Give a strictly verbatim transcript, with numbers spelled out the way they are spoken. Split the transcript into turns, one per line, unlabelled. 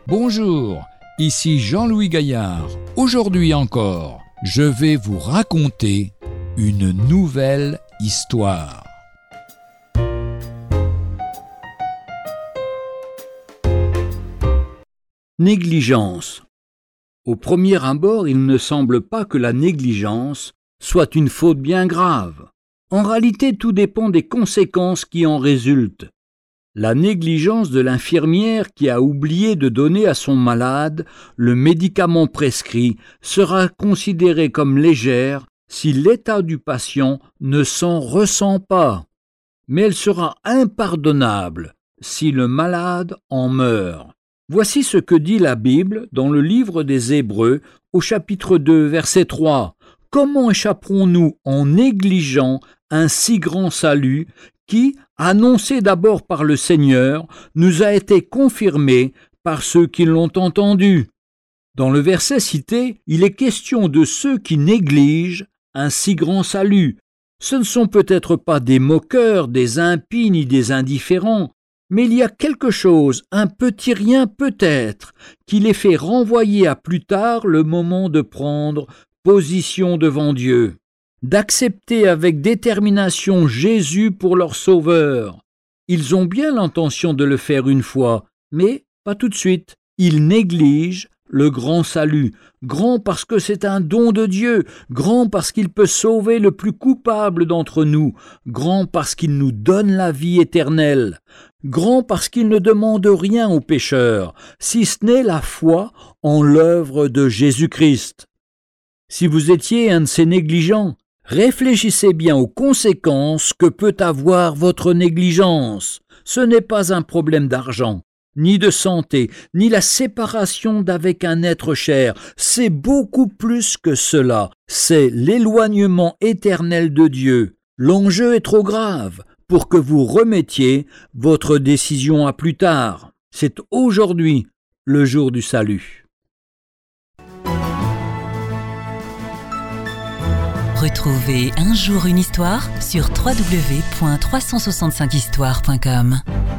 Bonjour, ici Jean-Louis Gaillard. Aujourd'hui encore, je vais vous raconter une nouvelle histoire.
Négligence. Au premier abord, il ne semble pas que la négligence soit une faute bien grave. En réalité, tout dépend des conséquences qui en résultent. La négligence de l'infirmière qui a oublié de donner à son malade le médicament prescrit sera considérée comme légère si l'état du patient ne s'en ressent pas. Mais elle sera impardonnable si le malade en meurt. Voici ce que dit la Bible dans le livre des Hébreux au chapitre deux, verset trois. Comment échapperons-nous en négligeant un si grand salut qui, annoncé d'abord par le Seigneur, nous a été confirmé par ceux qui l'ont entendu? Dans le verset cité, il est question de ceux qui négligent un si grand salut. Ce ne sont peut-être pas des moqueurs, des impies ni des indifférents, mais il y a quelque chose, un petit rien peut-être, qui les fait renvoyer à plus tard le moment de prendre position devant Dieu, d'accepter avec détermination Jésus pour leur sauveur. Ils ont bien l'intention de le faire une fois, mais pas tout de suite. Ils négligent le grand salut, grand parce que c'est un don de Dieu, grand parce qu'il peut sauver le plus coupable d'entre nous, grand parce qu'il nous donne la vie éternelle, grand parce qu'il ne demande rien aux pécheurs, si ce n'est la foi en l'œuvre de Jésus-Christ. Si vous étiez un de ces négligents, réfléchissez bien aux conséquences que peut avoir votre négligence. Ce n'est pas un problème d'argent, ni de santé, ni la séparation d'avec un être cher. C'est beaucoup plus que cela. C'est l'éloignement éternel de Dieu. L'enjeu est trop grave pour que vous remettiez votre décision à plus tard. C'est aujourd'hui le jour du salut.
Retrouvez Un jour une histoire sur w w w point trois cent soixante-cinq histoire point com.